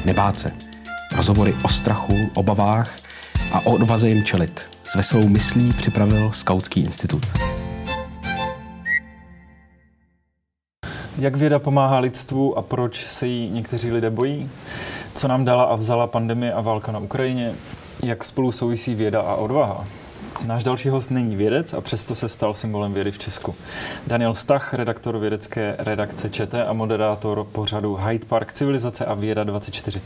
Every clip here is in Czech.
nebát se. Rozhovory o strachu, obavách a o odvaze jim čelit. S veselou myslí připravil Skautský institut. Jak věda pomáhá lidstvu a proč se jí někteří lidé bojí? Co nám dala a vzala pandemie a válka na Ukrajině? Jak spolu souvisí věda a odvaha? Náš další host není vědec a přesto se stal symbolem vědy v Česku. Daniel Stach, redaktor vědecké redakce ČT a moderátor pořadu Hyde Park, Civilizace a věda 24.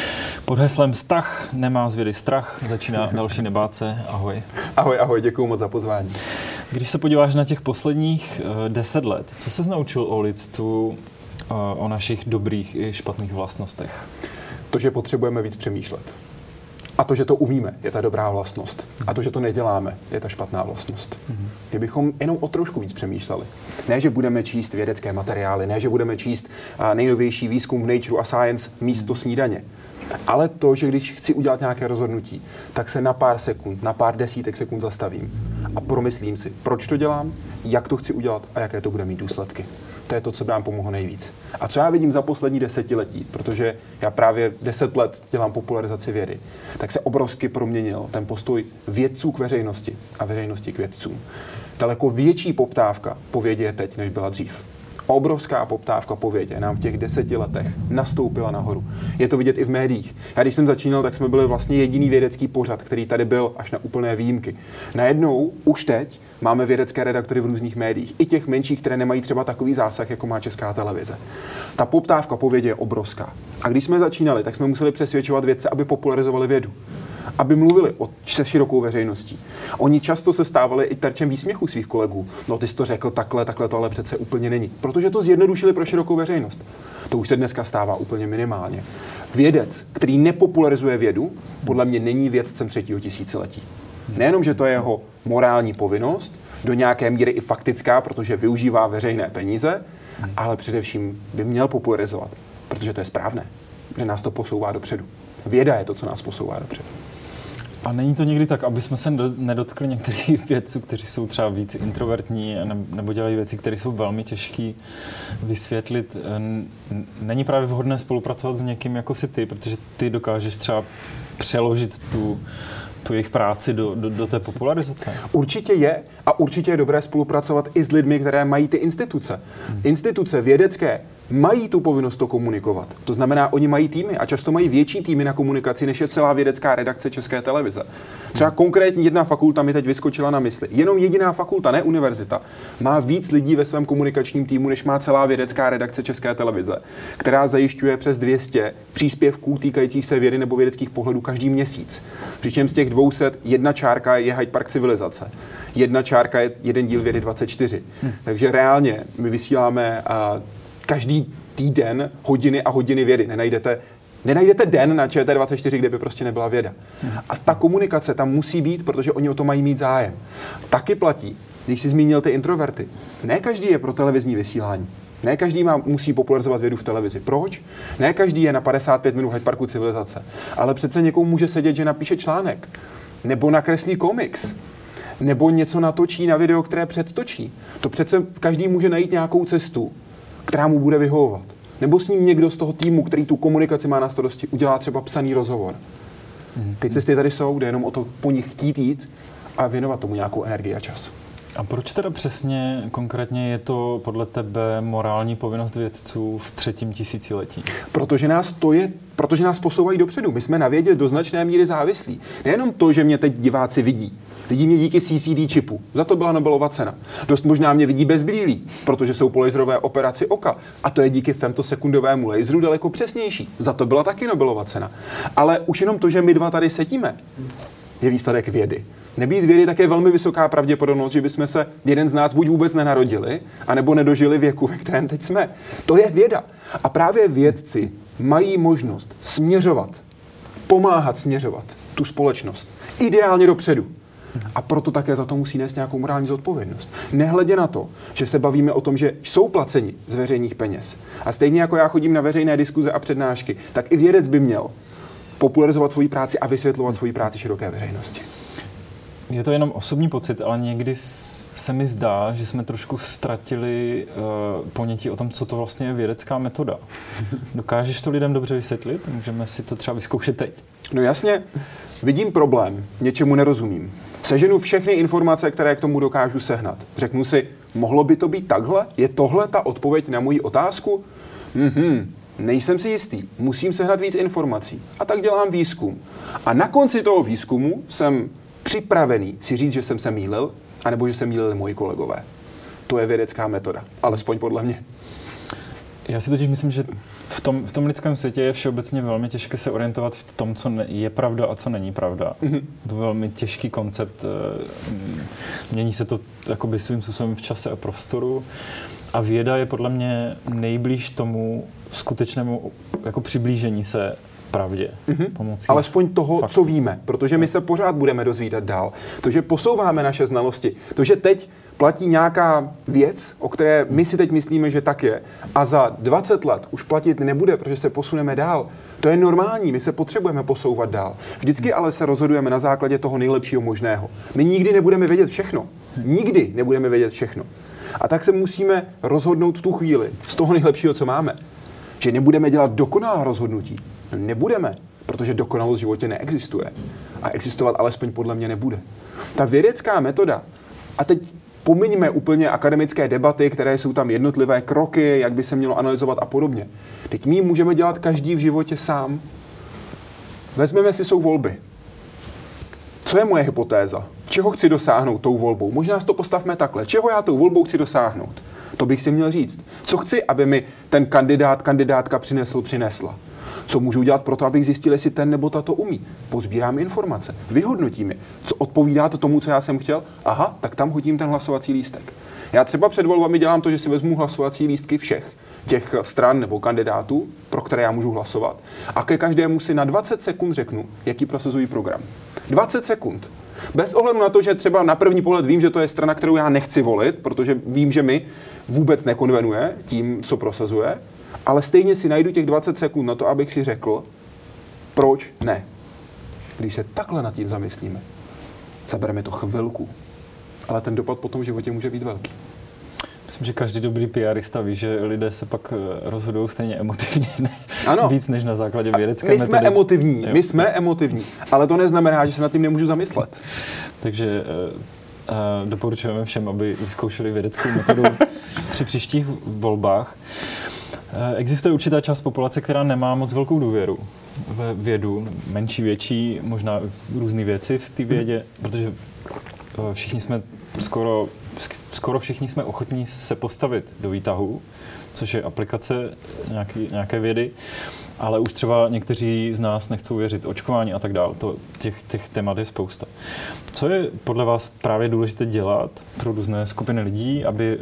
Pod heslem Stach nemá z vědy strach začíná další Nebát se. Ahoj. Ahoj, děkuju moc za pozvání. Když se podíváš na těch posledních 10 let, co ses naučil o lidstvu, o našich dobrých i špatných vlastnostech? To, že potřebujeme víc přemýšlet. A to, že to umíme, je ta dobrá vlastnost. A to, že to neděláme, je ta špatná vlastnost. Kdybychom jenom o trošku víc přemýšleli. Ne, že budeme číst vědecké materiály, ne, že budeme číst nejnovější výzkum v Nature a Science místo snídaně. Ale to, že když chci udělat nějaké rozhodnutí, tak se na pár sekund, na pár desítek sekund zastavím a promyslím si, proč to dělám, jak to chci udělat a jaké to bude mít důsledky. To je to, co by nám pomohlo nejvíc. A co já vidím za poslední desetiletí, protože já právě 10 let dělám popularizaci vědy, tak se obrovsky proměnil ten postoj vědců k veřejnosti a veřejnosti k vědcům. Daleko větší poptávka po vědě je teď, než byla dřív. Obrovská poptávka po vědě nám v těch 10 letech nastoupila nahoru. Je to vidět i v médiích. Já když jsem začínal, tak jsme byli vlastně jediný vědecký pořad, který tady byl až na úplné výjimky. Najednou, už teď, máme vědecké redaktory v různých médiích. I těch menších, které nemají třeba takový zásah, jako má Česká televize. Ta poptávka po vědě je obrovská. A když jsme začínali, tak jsme museli přesvědčovat vědce, aby popularizovali vědu. Aby mluvili se širokou veřejností. Oni často se stávali i terčem výsměchu svých kolegů. No, ty jsi to řekl takhle to ale přece úplně není. Protože to zjednodušili pro širokou veřejnost. To už se dneska stává úplně minimálně. Vědec, který nepopularizuje vědu, podle mě není vědcem 3. tisíciletí. Nejenom, že to je jeho morální povinnost, do nějaké míry i faktická, protože využívá veřejné peníze, ale především by měl popularizovat, protože to je správné, že nás to posouvá dopředu. Věda je to, co nás posouvá dopředu. A není to někdy tak, aby jsme se nedotkli některých vědců, kteří jsou třeba víc introvertní nebo dělají věci, které jsou velmi těžké vysvětlit? Není právě vhodné spolupracovat s někým jako si ty, protože ty dokážeš třeba přeložit tu jejich práci do té popularizace? Určitě je a určitě je dobré spolupracovat i s lidmi, které mají ty instituce. Instituce vědecké mají tu povinnost to komunikovat. To znamená, oni mají týmy a často mají větší týmy na komunikaci, než je celá vědecká redakce České televize. Třeba konkrétní jedna fakulta mi teď vyskočila na mysli. Jenom jediná fakulta, ne univerzita, má víc lidí ve svém komunikačním týmu, než má celá vědecká redakce České televize, která zajišťuje přes 200 příspěvků týkajících se vědy nebo vědeckých pohledů každý měsíc. Přičemž z těch 200 jedna čárka je Hyde Park Civilizace. Jedna čárka je jeden díl Vědy 24. Takže reálně my vysíláme každý týden hodiny a hodiny vědy. Nenajdete den na ČT24, kde by prostě nebyla věda. A ta komunikace tam musí být, protože oni o to mají mít zájem. Taky platí, když jsi zmínil ty introverty. Ne každý je pro televizní vysílání. Ne každý musí popularizovat vědu v televizi. Proč? Ne každý je na 55 minut Hyde Parku Civilizace. Ale přece někomu může sedět, že napíše článek. Nebo nakreslí komiks. Nebo něco natočí na video, které předtočí. To přece každý může najít nějakou cestu, která mu bude vyhovovat. Nebo s ním někdo z toho týmu, který tu komunikaci má na starosti, udělá třeba psaný rozhovor. Ty cesty tady jsou, jde jenom o to po nich chtít jít a věnovat tomu nějakou energii a čas. A proč teda přesně, konkrétně je to podle tebe morální povinnost vědců v 3. tisíciletí? Protože nás posouvají dopředu. My jsme na vědě do značné míry závislí. Nejenom to, že mě teď diváci vidí. Vidí mě díky CCD čipu. Za to byla Nobelova cena. Dost možná mě vidí bez brýlí, protože jsou po laserové operaci oka. A to je díky femtosekundovému laseru daleko přesnější. Za to byla taky Nobelova cena. Ale už jenom to, že my dva tady sedíme, je výsledek vědy. Nebýt vědy, tak je velmi vysoká pravděpodobnost, že bychom se jeden z nás buď vůbec nenarodili, anebo nedožili věku, ve kterém teď jsme. To je věda. A právě vědci mají možnost pomáhat směřovat tu společnost ideálně dopředu. A proto také za to musí nést nějakou morální zodpovědnost. Nehledě na to, že se bavíme o tom, že jsou placeni z veřejných peněz. A stejně jako já chodím na veřejné diskuze a přednášky, tak i vědec by měl popularizovat svoji práci a vysvětlovat svoji práci široké veřejnosti. Je to jenom osobní pocit, ale někdy se mi zdá, že jsme trošku ztratili ponětí o tom, co to vlastně je vědecká metoda. Dokážeš to lidem dobře vysvětlit? Můžeme si to třeba vyzkoušet teď. No jasně, vidím problém, něčemu nerozumím. Seženu všechny informace, které k tomu dokážu sehnat. Řeknu si, mohlo by to být takhle? Je tohle ta odpověď na moji otázku? Nejsem si jistý, musím sehnat víc informací. A tak dělám výzkum. A na konci toho výzkumu jsem připravený si říct, že jsem se mýlil, anebo že se mýlili moji kolegové. To je vědecká metoda, alespoň podle mě. Já si totiž myslím, že v tom lidském světě je všeobecně velmi těžké se orientovat v tom, co je pravda a co není pravda. To je velmi těžký koncept. Mění se to jakoby svým způsobem v čase a prostoru. A věda je podle mě nejblíž tomu skutečnému jako přiblížení se pravdě. Pomocí alespoň toho, faktu. Co víme, protože my se pořád budeme dozvídat dál. To, že posouváme naše znalosti, to, že teď platí nějaká věc, o které my si teď myslíme, že tak je, a za 20 let už platit nebude, protože se posuneme dál. To je normální, my se potřebujeme posouvat dál. Vždycky ale se rozhodujeme na základě toho nejlepšího možného. My nikdy nebudeme vědět všechno. Nikdy nebudeme vědět všechno. A tak se musíme rozhodnout v tu chvíli z toho nejlepšího, co máme. Že nebudeme dělat dokonalá rozhodnutí. Nebudeme, protože dokonalost v životě neexistuje. A existovat alespoň podle mě nebude. Ta vědecká metoda, a teď pomiňme úplně akademické debaty, které jsou tam jednotlivé kroky, jak by se mělo analyzovat a podobně. Teď my můžeme dělat každý v životě sám. Vezmeme si jsou volby. Co je moje hypotéza? Čeho chci dosáhnout tou volbou? Možná si to postavme takhle. Čeho já tou volbou chci dosáhnout? To bych si měl říct. Co chci, aby mi ten kandidátka přinesla? Co můžu udělat pro to, abych zjistil, jestli ten nebo tato umí? Pozbírám informace, vyhodnotím je. Co odpovídá to tomu, co já jsem chtěl? Aha, tak tam hodím ten hlasovací lístek. Já třeba před volbami dělám to, že si vezmu hlasovací lístky všech těch stran nebo kandidátů, pro které já můžu hlasovat. A ke každému si na 20 sekund řeknu, jaký prosazují program. 20 sekund. Bez ohledu na to, že třeba na první pohled vím, že to je strana, kterou já nechci volit, protože vím, že mi vůbec nekonvenuje tím, co prosazuje, ale stejně si najdu těch 20 sekund na to, abych si řekl, proč ne. Když se takhle nad tím zamyslíme, zabereme to chvilku, ale ten dopad potom v životě může být velký. Myslím, že každý dobrý PRista ví, že lidé se pak rozhodují stejně emotivně víc než na základě vědecké metody. My jsme emotivní, ale to neznamená, že se nad tím nemůžu zamyslet. Takže doporučujeme všem, aby vyzkoušeli vědeckou metodu při příštích volbách. Existuje určitá část populace, která nemá moc velkou důvěru ve vědu, menší, větší, možná v různé věci v té vědě, protože všichni jsme skoro všichni jsme ochotní se postavit do výtahu, což je aplikace nějaké vědy, ale už třeba někteří z nás nechcou věřit očkování a tak dále. Těch témat je spousta. Co je podle vás právě důležité dělat pro různé skupiny lidí,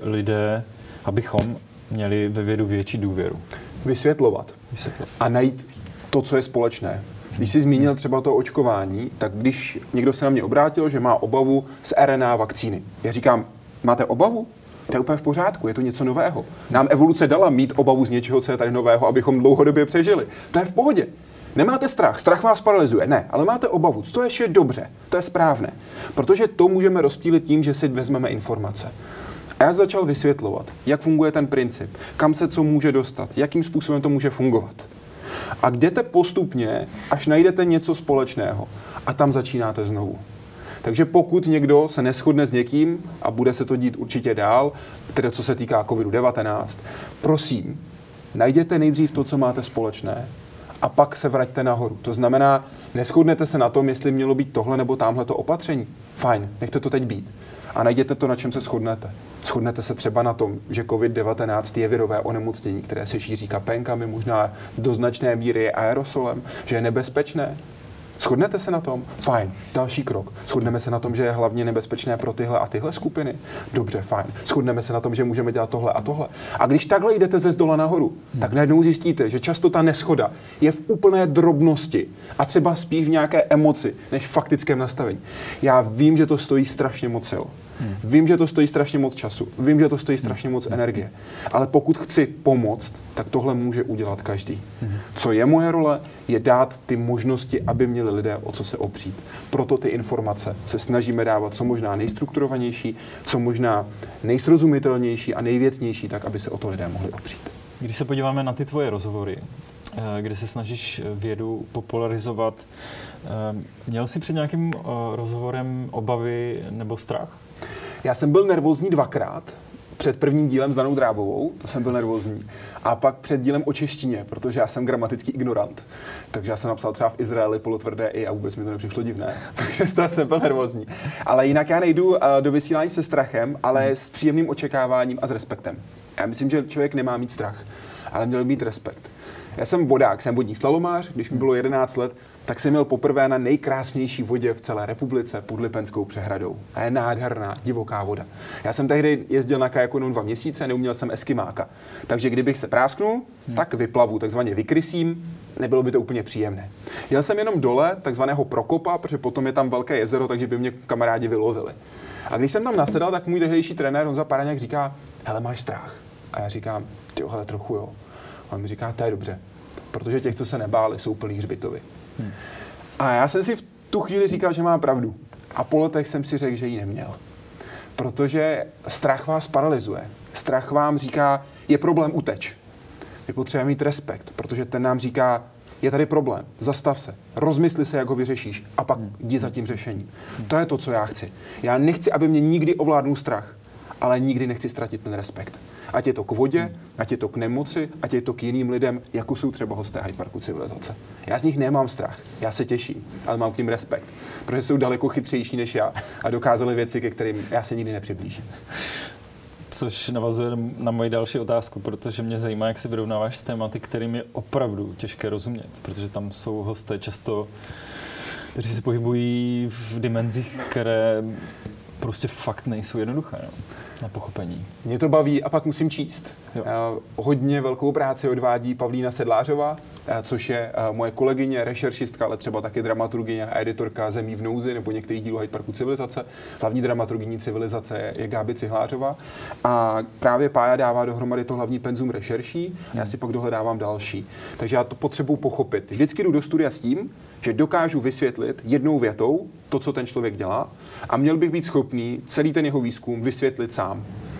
abychom měli ve vědu větší důvěru? Vysvětlovat. A najít to, co je společné. Když jsi zmínil třeba to očkování, tak když někdo se na mě obrátil, že má obavu z RNA vakcíny. Já říkám, máte obavu? To je úplně v pořádku, je to něco nového. Nám evoluce dala mít obavu z něčeho, co je tady nového, abychom dlouhodobě přežili. To je v pohodě. Nemáte strach, strach vás paralyzuje, ne, ale máte obavu. To je ještě dobře, to je správné. Protože to můžeme rozptýlit tím, že si vezmeme informace. A já začal vysvětlovat, jak funguje ten princip, kam se co může dostat, jakým způsobem to může fungovat. A jdete postupně, až najdete něco společného a tam začínáte znovu. Takže pokud někdo se neshodne s někým a bude se to dít určitě dál, tedy co se týká COVID-19, prosím, najděte nejdřív to, co máte společné a pak se vraťte nahoru. To znamená, neshodnete se na tom, jestli mělo být tohle nebo tamhleto opatření. Fajn, nechte to teď být. A najděte to, na čem se shodnete. Shodnete se třeba na tom, že COVID-19 je virové onemocnění, které se šíří kapénkami, možná do značné míry je aerosolem, že je nebezpečné. Shodnete se na tom? Fajn. Další krok. Shodneme se na tom, že je hlavně nebezpečné pro tyhle a tyhle skupiny? Dobře, fajn. Shodneme se na tom, že můžeme dělat tohle a tohle. A když takhle jdete ze zdola nahoru, tak najednou zjistíte, že často ta neshoda je v úplné drobnosti a třeba spíš v nějaké emoci, než v faktickém nastavení. Já vím, že to stojí strašně moc sil. Vím, že to stojí strašně moc času, vím, že to stojí strašně moc energie, ale pokud chci pomoct, tak tohle může udělat každý. Co je moje role, je dát ty možnosti, aby měli lidé o co se opřít. Proto ty informace se snažíme dávat co možná nejstrukturovanější, co možná nejsrozumitelnější a nejvěcnější, tak aby se o to lidé mohli opřít. Když se podíváme na ty tvoje rozhovory, kde se snažíš vědu popularizovat, měl jsi před nějakým rozhovorem obavy nebo strach? Já jsem byl nervózní 2krát. Před prvním dílem s Danou Drábovou, to jsem byl nervózní. A pak před dílem o češtině, protože já jsem gramatický ignorant. Takže já jsem napsal třeba v Izraeli polotvrdé i a vůbec mi to nepřišlo divné. Takže z toho jsem byl nervózní. Ale jinak já nejdu do vysílání se strachem, ale s příjemným očekáváním a s respektem. Já myslím, že člověk nemá mít strach, ale měl mít respekt. Já jsem vodák, jsem vodní slalomář, když mi bylo 11 let, tak jsem měl poprvé na nejkrásnější vodě v celé republice pod Lipenskou přehradou. A je nádherná, divoká voda. Já jsem tehdy jezdil na kajaku jenom 2 měsíce, neuměl jsem eskimáka. Takže kdybych se prásknul, tak vyplavu, takzvaně vykrysím, nebylo by to úplně příjemné. Jel jsem jenom dole, takzvaného Prokopa, protože potom je tam velké jezero, takže by mě kamarádi vylovili. A když jsem tam nasedal, tak můj tehdejší trenér Honza Paraňák říká: hele, máš strach? A já říkám: tyjo, hele, trochu jo. A on mi říká: to je dobře, protože těch, co se nebáli, jsou plný hřbitovy. A já jsem si v tu chvíli říkal, že má pravdu. A po letech jsem si řekl, že ji neměl. Protože strach vás paralyzuje. Strach vám říká, je problém, uteč. My potřebujeme mít respekt, protože ten nám říká, je tady problém, zastav se, rozmysli se, jak ho vyřešíš a pak jdi za tím řešením. To je to, co já chci. Já nechci, aby mě nikdy ovládnul strach, ale nikdy nechci ztratit ten respekt. Ať je to k vodě, ať je to k nemoci, ať je to k jiným lidem, jako jsou třeba hosté Hyde Parku civilizace. Já z nich nemám strach, já se těším, ale mám k nim respekt, protože jsou daleko chytřejší než já a dokázali věci, ke kterým já se nikdy nepřiblížím. Což navazuje na moji další otázku, protože mě zajímá, jak se vyrovnáváš s tématy, kterým je opravdu těžké rozumět, protože tam jsou hosté často, kteří se pohybují v dimenzích, které prostě fakt nejsou jednoduché, no, na pochopení. Mě to baví a pak musím číst. Hodně velkou práci odvádí Pavlína Sedlářová, což je moje kolegyně, rešeršistka, ale třeba taky dramaturgyně a editorka Zemí v nouzi nebo některých dílů Hyde Parku civilizace. Hlavní dramaturgyní civilizace je Gáby Cihlářová. A právě Pája dává dohromady to hlavní penzum rešerší a já si pak dohledávám další. Takže já to potřebuji pochopit. Vždycky jdu do studia s tím, že dokážu vysvětlit jednou větou to, co ten člověk dělá, a měl bych být schopný celý ten jeho výzkum vysvětlit sám.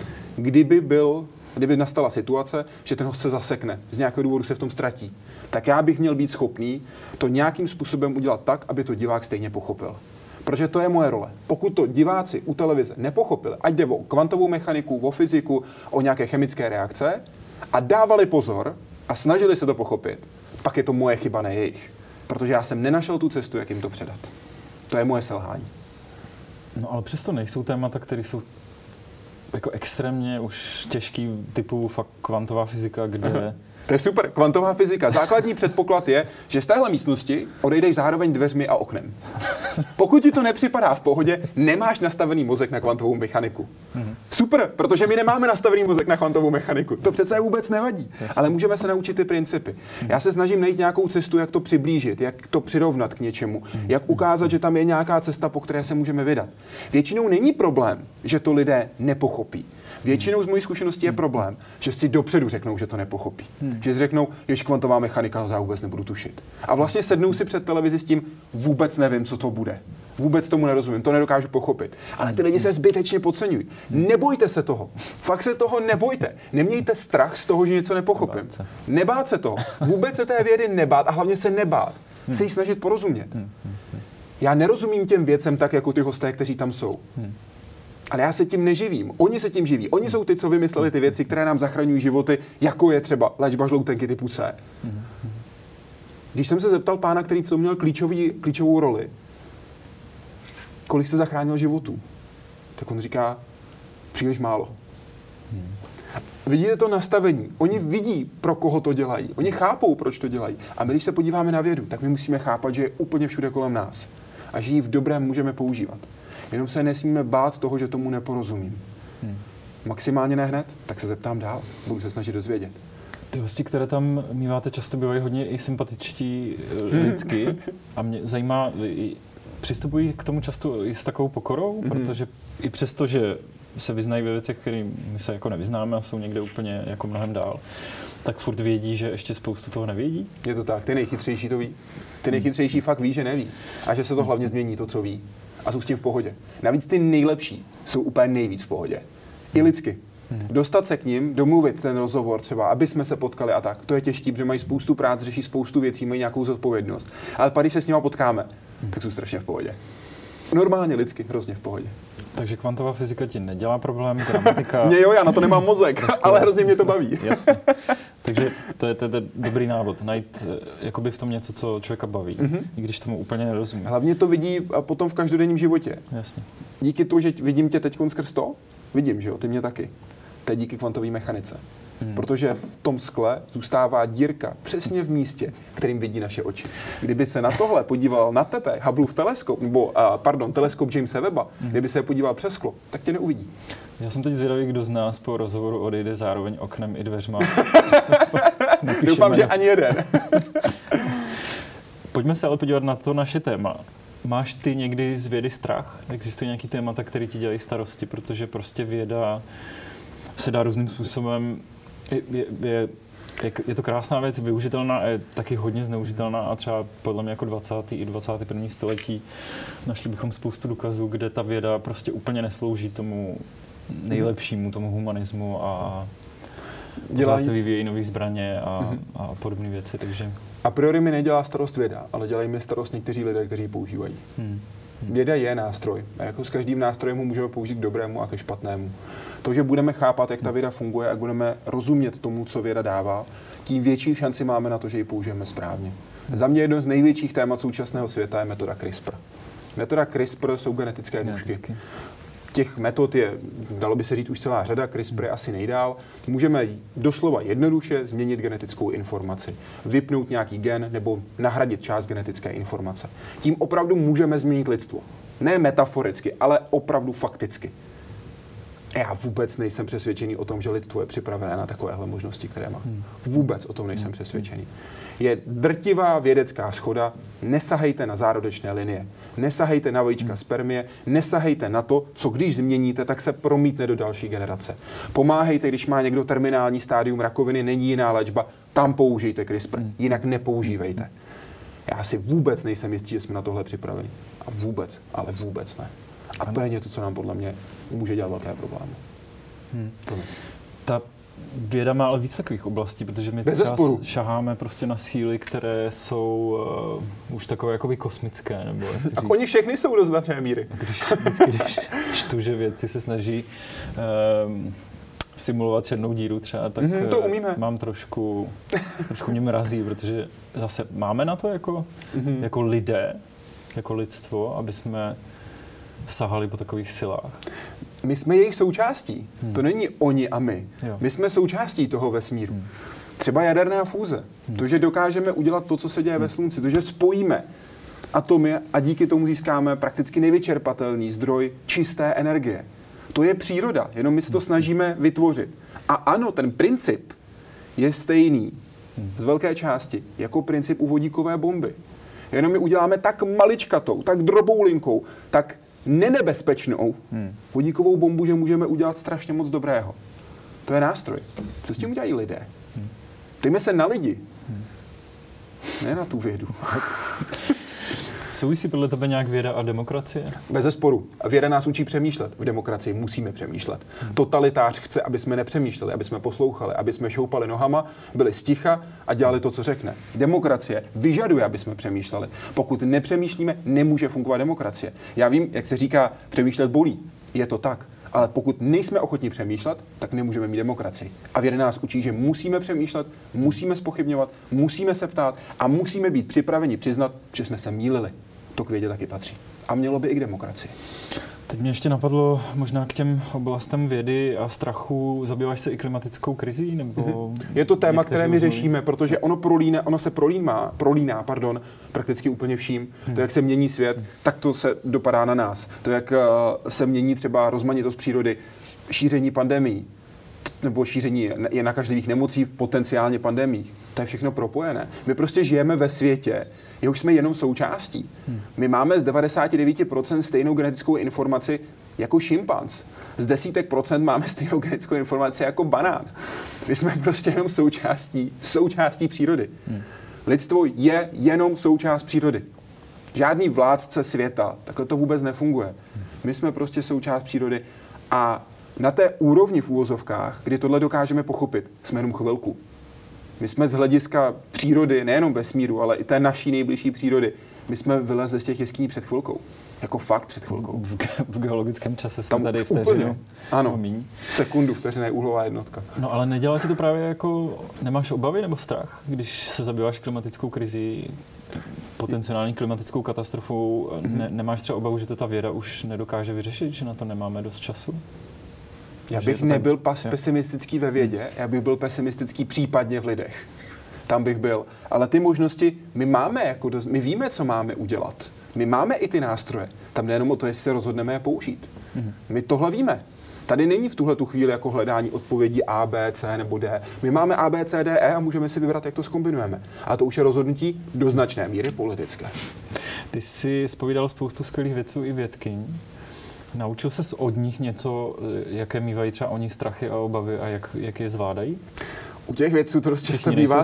Kdyby nastala situace, že ten host se zasekne, z nějakého důvodu se v tom ztratí, tak já bych měl být schopný to nějakým způsobem udělat tak, aby to divák stejně pochopil. Protože to je moje role. Pokud to diváci u televize nepochopili, ať jde o kvantovou mechaniku, o fyziku, o nějaké chemické reakce, a dávali pozor a snažili se to pochopit, pak je to moje chyba, ne jejich. Protože já jsem nenašel tu cestu, jak jim to předat. To je moje selhání. No ale přesto nejsou témata, které jsou jako extrémně už těžký, typu fakt kvantová fyzika, kde... To je super. Kvantová fyzika. Základní předpoklad je, že z téhle místnosti odejdeš zároveň dveřmi a oknem. Pokud ti to nepřipadá v pohodě, nemáš nastavený mozek na kvantovou mechaniku. Super, protože my nemáme nastavený mozek na kvantovou mechaniku. To přece vůbec nevadí. Ale můžeme se naučit ty principy. Já se snažím najít nějakou cestu, jak to přiblížit, jak to přirovnat k něčemu, jak ukázat, že tam je nějaká cesta, po které se můžeme vydat. Většinou není problém, že to lidé nepochopí. Většinou z mojí zkušenosti je problém, že si dopředu řeknou, že to nepochopí. Že si řeknou, že kvantová mechanika, no já vůbec nebudu tušit. A vlastně sednou si před televizi s tím, vůbec nevím, co to bude. Vůbec tomu nerozumím, to nedokážu pochopit. Ale ty lidi se zbytečně podceňují. Nebojte se toho. Fakt se toho nebojte. Nemějte strach z toho, že něco nepochopím. Nebát se toho. Vůbec se té vědy nebát a hlavně se nebát. Se jí snažit porozumět. Já nerozumím těm věcem tak, jako ty hosté, kteří tam jsou. Ale já se tím neživím. Oni se tím živí. Oni jsou ty, co vymysleli ty věci, které nám zachraňují životy, jako je třeba léčba žloutenky typu C. Když jsem se zeptal pána, který v tom měl klíčovou roli, kolik jste zachránil životů, tak on říká, příliš málo. Vidíte to nastavení. Oni vidí, pro koho to dělají. Oni chápou, proč to dělají. A my, když se podíváme na vědu, tak my musíme chápat, že je úplně všude kolem nás. A že ji v dobrém můžeme používat. Jenom se nesmíme bát toho, že tomu neporozumím. Maximálně ne hned, tak se zeptám dál. Budu se snažit dozvědět. Ty hosti, které tam míváte, často bývají hodně i sympatičtí lidsky. A mě zajímá, přistupují k tomu často i s takovou pokorou, protože i přesto, že se vyznají ve věcech, které my se jako nevyznáme a jsou někde úplně jako mnohem dál, tak furt vědí, že ještě spoustu toho nevědí. Je to tak, ty nejchytřejší to ví. Ty nejchytřejší fakt ví, že neví. A že se to hlavně změní, to, co ví. A jsou s tím v pohodě. Navíc ty nejlepší jsou úplně nejvíc v pohodě. I lidsky. Dostat se k ním, domluvit ten rozhovor třeba, aby jsme se potkali a tak. To je těžké, protože mají spoustu práce, řeší spoustu věcí, mají nějakou zodpovědnost. Ale pak, když se s nima potkáme, tak jsou strašně v pohodě. Normálně lidsky, hrozně v pohodě. Takže kvantová fyzika ti nedělá problém, gramatika... Mě jo, já na to nemám mozek, ale hrozně mě to baví. Jasně. Takže to je dobrý návod, najít jakoby v tom něco, co člověka baví, i když tomu úplně nerozumí. Hlavně to vidí potom v každodenním životě. Jasně. Díky tomu, že vidím tě teď skrz to, vidím, že jo, ty mě taky. To je díky kvantové mechanice. Protože v tom skle zůstává dírka přesně v místě, kterým vidí naše oči. Kdyby se na tohle podíval na tebe Hubbleův teleskop, teleskop Jamesa Webba, kdyby se podíval přes sklo, tak tě neuvidí. Já jsem teď zvědavý, kdo z nás po rozhovoru odejde zároveň oknem i dveřma. Doufám, že ani jeden. Pojďme se ale podívat na to naše téma. Máš ty někdy z vědy strach? Existují nějaký témata, které ti dělají starosti, protože prostě věda se dá různým způsobem, je to krásná věc, využitelná, je taky hodně zneužitelná a třeba podle mě jako 20. i 21. století našli bychom spoustu důkazů, kde ta věda prostě úplně neslouží tomu nejlepšímu, tomu humanismu a pořád se vyvíjejí nové zbraně a podobné věci, takže... A priori mi nedělá starost věda, ale dělají mi starost někteří lidé, kteří ji používají. Věda je nástroj a jako s každým nástrojem ho můžeme použít k dobrému a ke špatnému. To, že budeme chápat, jak ta věda funguje a budeme rozumět tomu, co věda dává, tím větší šanci máme na to, že ji použijeme správně. Za mě jedno z největších témat současného světa je metoda CRISPR. Metoda CRISPR jsou genetické nůžky. Těch metod je, dalo by se říct, už celá řada, CRISPR je asi nejdál. Můžeme doslova jednoduše změnit genetickou informaci, vypnout nějaký gen nebo nahradit část genetické informace. Tím opravdu můžeme změnit lidstvo. Ne metaforicky, ale opravdu fakticky. Já vůbec nejsem přesvědčený o tom, že lidstvo je připravené na takovéhle možnosti, které má. Vůbec o tom nejsem přesvědčený. Je drtivá vědecká shoda, nesahejte na zárodečné linie, nesahejte na vajíčka spermie, nesahejte na to, co když změníte, tak se promítne do další generace. Pomáhejte, když má někdo terminální stádium rakoviny, není jiná léčba, tam použijte CRISPR, jinak nepoužívejte. Já si vůbec nejsem jistý, že jsme na tohle připraveni. A vůbec, ale vůbec ne. A to je něco, co nám podle mě může dělat velké problémy. Ta věda má ale víc takových oblastí, protože my třeba šaháme prostě na síly, které jsou už takové jakoby kosmické. Nebo a oni všechny jsou do značné míry. Když čtu, že vědci se snaží simulovat černou díru třeba, tak to umíme. Mám trošku mě mrazí, protože zase máme na to jako lidé, jako lidstvo, aby jsme sahali po takových silách. My jsme jejich součástí. To není oni a my. Jo. My jsme součástí toho vesmíru. Třeba jaderná fúze. To, že dokážeme udělat to, co se děje ve Slunci. To, že spojíme atomy a díky tomu získáme prakticky nevyčerpatelný zdroj čisté energie. To je příroda, jenom my se to snažíme vytvořit. A ano, ten princip je stejný z velké části jako princip u vodíkové bomby. Jenom my uděláme tak maličkatou, tak drobou linkou, tak nenebezpečnou vodíkovou bombu, že můžeme udělat strašně moc dobrého. To je nástroj. Co s tím udělají lidé? Dejme se na lidi. Ne na tu vědu. Souvisí podle tebe nějak věda a demokracie? Bezesporu. Věda nás učí přemýšlet. V demokracii musíme přemýšlet. Totalitář chce, aby jsme nepřemýšleli, aby jsme poslouchali, aby jsme šoupali nohama, byli sticha a dělali to, co řekne. Demokracie vyžaduje, aby jsme přemýšleli. Pokud nepřemýšlíme, nemůže fungovat demokracie. Já vím, jak se říká, přemýšlet bolí. Je to tak. Ale pokud nejsme ochotní přemýšlet, tak nemůžeme mít demokracii. A věda nás učí, že musíme přemýšlet, musíme zpochybňovat, musíme se ptát a musíme být připraveni přiznat, že jsme se mýlili. To k vědě taky patří. A mělo by i k demokracii. Teď mě ještě napadlo možná k těm oblastem vědy a strachu. Zabýváš se i klimatickou krizí? Nebo je to téma, které my řešíme, protože ono se prolíná prakticky úplně vším. To, jak se mění svět, tak to se dopadá na nás. To, jak se mění třeba rozmanitost přírody, šíření pandemií, nebo šíření nakažlivých nemocí, potenciálně pandemiích. To je všechno propojené. My prostě žijeme ve světě, jehož jsme jenom součástí. My máme z 99% stejnou genetickou informaci jako šimpanz. Z 10% máme stejnou genetickou informaci jako banán. My jsme prostě jenom součástí přírody. Lidstvo je jenom součást přírody. Žádný vládce světa, takhle to vůbec nefunguje. My jsme prostě součást přírody a na té úrovni v úvozovkách, kdy tohle dokážeme pochopit, jsme jenom chvilku. My jsme z hlediska přírody, nejenom vesmíru, ale i té naší nejbližší přírody, my jsme vylezli z těch jeskyní před chvilkou. Jako fakt před chvilkou. V geologickém čase jsme tam tady vteřinu. Ano, sekundu, vteřina je úhlová jednotka. No ale nedělá ti to právě jako, nemáš obavy nebo strach, když se zabýváš klimatickou krizí, potenciální klimatickou katastrofou, nemáš třeba obavu, že to ta věda už nedokáže vyřešit, že na to nemáme dost času? Já bych nebyl pesimistický ve vědě, já bych byl pesimistický případně v lidech. Tam bych byl. Ale ty možnosti my máme, my víme, co máme udělat. My máme i ty nástroje. Tam nejenom o to, jestli se rozhodneme je použít. My tohle víme. Tady není v tuhle tu chvíli jako hledání odpovědí A, B, C nebo D. My máme A, B, C, D, E a můžeme si vybrat, jak to zkombinujeme. A to už je rozhodnutí do značné míry politické. Ty jsi zpovídal spoustu skvělých vědců i vědkyň. Naučil ses od nich něco, jaké mývají třeba oni strachy a obavy a jak je zvládají? U těch vědců to dost často bývá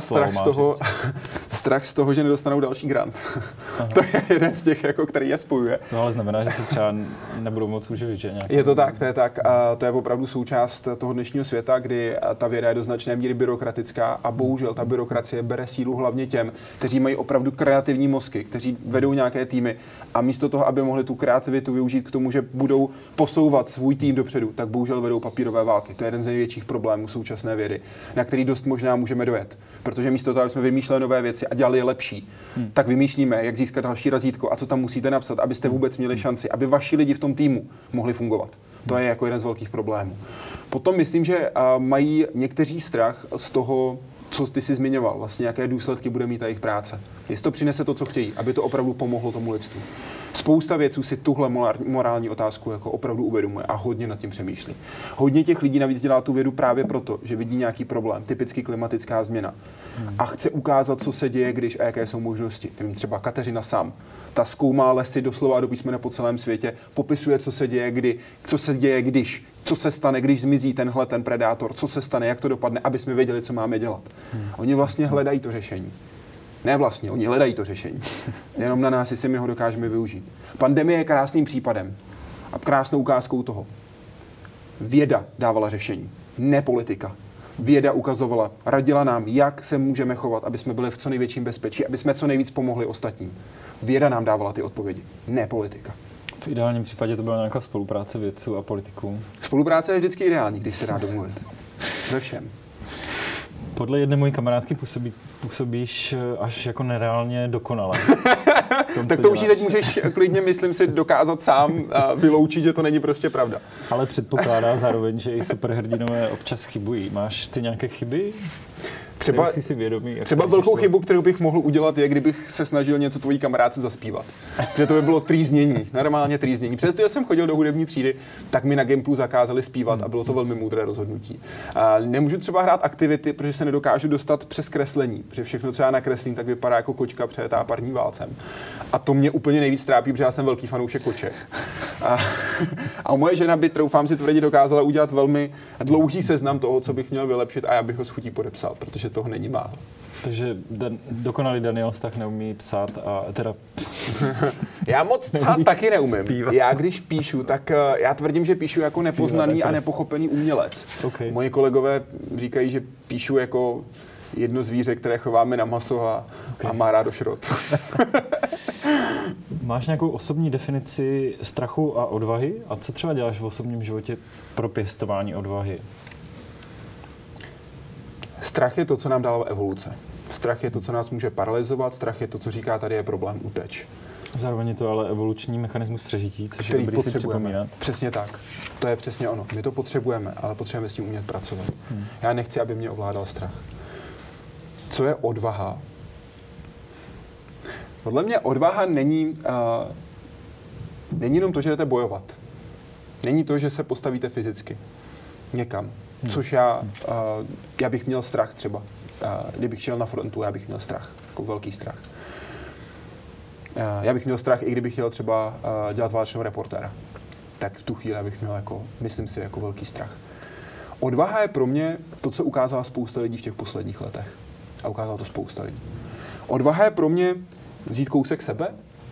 strach z toho, že nedostanou další grant. To je jeden z těch, který je spojuje. To ale znamená, že se třeba nebudou moc uživit, že nějak? Je to tak. A to je opravdu součást toho dnešního světa, kdy ta věda je do značné míry byrokratická a bohužel ta byrokracie bere sílu hlavně těm, kteří mají opravdu kreativní mozky, kteří vedou nějaké týmy a místo toho, aby mohli tu kreativitu využít k tomu, že budou posouvat svůj tým dopředu, tak bohužel vedou papírové války. To je jeden z největších problémů současné vědy, na který dost možná můžeme dojet. Protože místo toho, aby jsme vymýšleli nové věci a dělali je lepší, tak vymýšlíme, jak získat další razítko a co tam musíte napsat, abyste vůbec měli šanci, aby vaši lidi v tom týmu mohli fungovat. To je jako jeden z velkých problémů. Potom myslím, že mají někteří strach z toho, co ty jsi zmiňoval, vlastně jaké důsledky bude mít ta jejich práce. Jestli to přinese to, co chtějí, aby to opravdu pomohlo tomu lidstvu. Spousta vědců si tuhle morální otázku jako opravdu uvědomuje a hodně nad tím přemýšlí. Hodně těch lidí navíc dělá tu vědu právě proto, že vidí nějaký problém, typicky klimatická změna. A chce ukázat, co se děje, když a jaké jsou možnosti. Třeba Kateřina Sam. Ta zkoumá lesy doslova do písmene po celém světě, popisuje, co se děje, když, co se stane, když zmizí ten predátor, co se stane, jak to dopadne, aby jsme věděli, co máme dělat. Oni vlastně hledají to řešení. Ne vlastně, oni hledají to řešení. Jenom na nás, jestli my ho dokážeme využít. Pandemie je krásným případem a krásnou ukázkou toho. Věda dávala řešení, ne politika. Věda ukazovala, radila nám, jak se můžeme chovat, aby jsme byli v co největším bezpečí, aby jsme co nejvíc pomohli ostatním. Věda nám dávala ty odpovědi, ne politika. V ideálním případě to byla nějaká spolupráce vědců a politiků. Spolupráce je vždycky ideální, když se dá domluvit. Ve všem. Podle jedné mojí kamarádky působíš až jako nereálně dokonale. Tak to už si teď můžeš klidně, myslím si, dokázat sám a vyloučit, že to není prostě pravda. Ale předpokládá zároveň, že i superhrdinové občas chybují. Máš ty nějaké chyby? Jsi vědomý, třeba velkou chybu, kterou bych mohl udělat, je, kdybych se snažil něco tvojí kamarádce zaspívat. Protože to by bylo trýznění, normálně trýznění. Přestože jsem chodil do hudební třídy, tak mi na Gimplu zakázali zpívat a bylo to velmi moudré rozhodnutí. A nemůžu třeba hrát aktivity, protože se nedokážu dostat přes kreslení, protože všechno, co já nakreslím, tak vypadá jako kočka přejetá parním válcem. A to mě úplně nejvíc trápí, protože já jsem velký fanoušek koček. A moje žena by, troufám si tvrdit, dokázala udělat velmi dlouhý seznam toho, co bych měl vylepšit a já bych ho s chutí podepsal, protože toho není málo. Takže dokonalý Daniel Stach neumí psát a teda... Já moc psát taky neumím. Zpívat. Já když píšu, tak já tvrdím, že píšu jako nepoznaný a nepochopený umělec. Okay. Moji kolegové říkají, že píšu jako jedno zvíře, které chováme na maso a má rádo šrot. Máš nějakou osobní definici strachu a odvahy? A co třeba děláš v osobním životě pro pěstování odvahy? Strach je to, co nám dala evoluce. Strach je to, co nás může paralyzovat, strach je to, co říká, tady je problém, uteč. Zároveň je to ale evoluční mechanismus přežití, což je dobrý si připomínat. Přesně tak. To je přesně ono. My to potřebujeme, ale potřebujeme s tím umět pracovat. Já nechci, aby mě ovládal strach. Co je odvaha? Podle mě odvaha není jenom to, že jdete bojovat. Není to, že se postavíte fyzicky někam. Což já bych měl strach třeba. Kdybych šel na frontu, já bych měl strach. Jako velký strach. Já bych měl strach, i kdybych chtěl třeba dělat válečného reportéra. Tak v tu chvíli bych měl, jako, myslím si, jako velký strach. Odvaha je pro mě to, co ukázala spousta lidí v těch posledních letech. A ukázala to spousta lidí. Odvaha je pro mě vzít kousek sebe,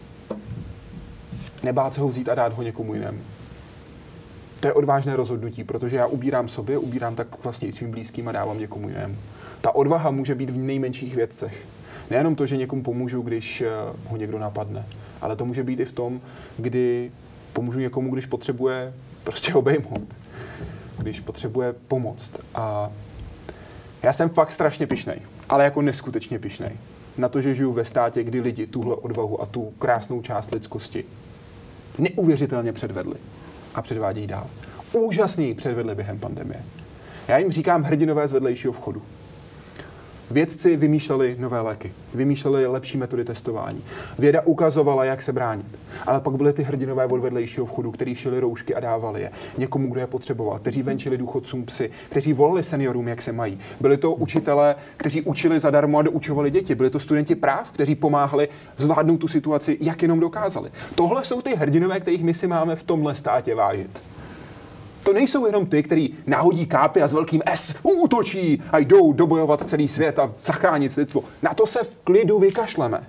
nebát se ho vzít a dát ho někomu jinému. To je odvážné rozhodnutí, protože já ubírám sobě, ubírám tak vlastně i svým blízkým a dávám někomu jinému. Ta odvaha může být v nejmenších věcech. Nejenom to, že někomu pomůžu, když ho někdo napadne, ale to může být i v tom, kdy pomůžu někomu, když potřebuje prostě obejmout, když potřebuje pomoct. A já jsem fakt strašně pyšnej, ale jako neskutečně pyšnej na to, že žiju ve státě, kdy lidi tuhle odvahu a tu krásnou část lidskosti neuvěřitelně předvedli a předvádějí dál. Úžasně ji předvedli během pandemie. Já jim říkám hrdinové z vedlejšího vchodu. Vědci vymýšleli nové léky, vymýšleli lepší metody testování. Věda ukazovala, jak se bránit. Ale pak byly ty hrdinové od vedlejšího vchodu, kteří šili roušky a dávali je někomu, kdo je potřeboval, kteří venčili důchodcům psy, kteří volali seniorům, jak se mají. Byli to učitelé, kteří učili zadarmo a doučovali děti. Byli to studenti práv, kteří pomáhali zvládnout tu situaci, jak jenom dokázali. Tohle jsou ty hrdinové, kterých my si máme v tomhle státě vážit. To nejsou jenom ty, kteří nahodí kápy a s velkým S útočí a jdou dobojovat celý svět a zachránit lidstvo. Na to se v klidu vykašleme.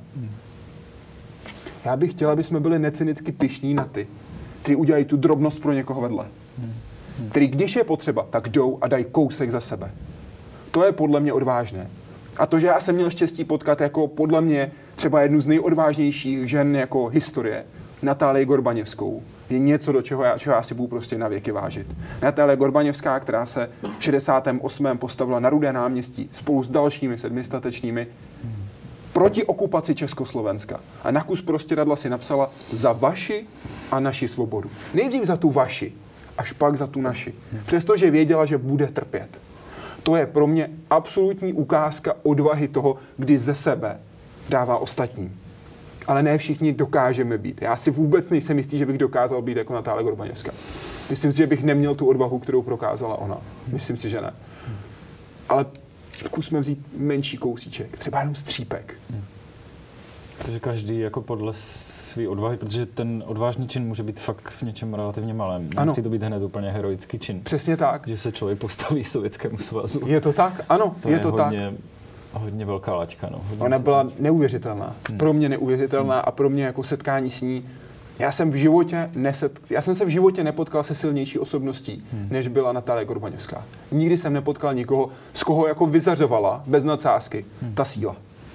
Já bych chtěla, aby jsme byli necynicky pyšní na ty, kteří udělají tu drobnost pro někoho vedle. Který, když je potřeba, tak jdou a dají kousek za sebe. To je podle mě odvážné. A to, že já jsem měl štěstí potkat jako podle mě třeba jednu z nejodvážnějších žen jako historie, Natálii Gorbaněvskou, je něco, do čeho já si budu prostě na věky vážit. Natálie Gorbaněvská, která se v 68. postavila na Rudé náměstí spolu s dalšími 7 statečními proti okupaci Československa. A na kus prostěradla si napsala za vaši a naši svobodu. Nejdřív za tu vaši, až pak za tu naši. Přestože věděla, že bude trpět. To je pro mě absolutní ukázka odvahy toho, kdy ze sebe dává ostatním. Ale ne všichni dokážeme být. Já si vůbec nejsem jistý, že bych dokázal být jako Natálie Gorbaněvská. Myslím si, že bych neměl tu odvahu, kterou prokázala ona. Myslím si, že ne. Ale zkusme vzít menší kousíček, třeba jenom střípek. Takže každý jako podle své odvahy, protože ten odvážný čin může být fakt v něčem relativně malém. Nemusí to být hned úplně heroický čin. Přesně tak. Že se člověk postaví Sovětskému svazu. Je to tak? Ano, to je to hodně, tak. Hodně velká laťka. No. Ona byla neuvěřitelná. Pro mě neuvěřitelná a pro mě jako setkání s ní. Já jsem se v životě nepotkal se silnější osobností, než byla Natálie Gorbaněvská. Nikdy jsem nepotkal nikoho, z koho jako vyzařovala bez nadsázky ta síla.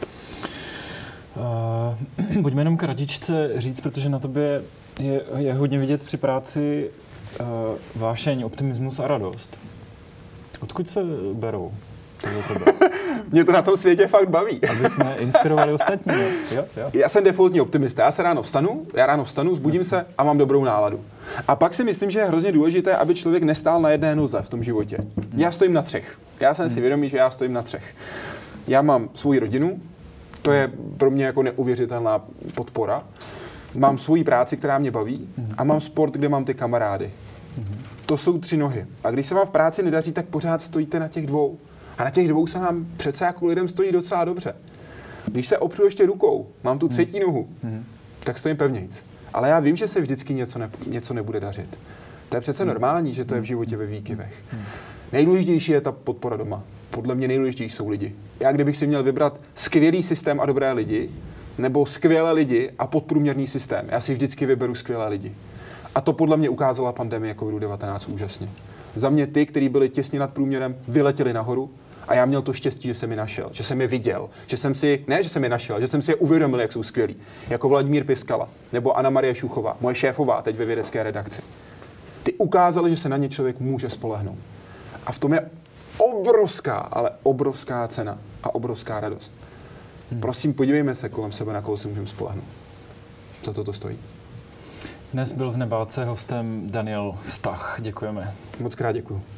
Pojďme jenom kratičce říct, protože na tobě je hodně vidět při práci vášeň, optimismus a radost. Odkud se berou? Mě to na tom světě fakt baví. Aby jsme inspirovali ostatní. Jo. Já jsem defaultní optimista. Já ráno vstanu, zbudím se a mám dobrou náladu. A pak si myslím, že je hrozně důležité, aby člověk nestál na jedné noze v tom životě. Já stojím na 3. Já jsem si vědomý, že já stojím na 3. Já mám svou rodinu, to je pro mě jako neuvěřitelná podpora. Mám svoji práci, která mě baví, a mám sport, kde mám ty kamarády. To jsou 3 nohy. A když se vám v práci nedaří, tak pořád stojíte na těch 2. A na těch 2 se nám přece jako lidem stojí docela dobře. Když se opřu ještě rukou, mám tu 3. nohu, tak stojím pevnějc. Ale já vím, že se vždycky něco nebude dařit. To je přece normální, že to je v životě ve výkyvech. Nejdůležitější je ta podpora doma. Podle mě nejdůležitější jsou lidi. Já kdybych si měl vybrat skvělý systém a dobré lidi, nebo skvělé lidi a podprůměrný systém, já si vždycky vyberu skvělé lidi. A to podle mě ukázala pandemie COVID-19 úžasně. Za mě ty, kteří byli těsně nad průměrem, vyletěli nahoru a já měl to štěstí, že jsem je našel, že jsem je viděl, že jsem si je uvědomil, jak jsou skvělí. Jako Vladimír Piskala nebo Anna Marie Šuchová, moje šéfová teď ve vědecké redakci. Ty ukázali, že se na ně člověk může spolehnout. A v tom je obrovská, ale obrovská cena a obrovská radost. Prosím, podívejme se kolem sebe, na koho se můžeme spolehnout. Za to stojí. Dnes byl v Nebáce hostem Daniel Stach. Děkujeme. Moc krát děkuju.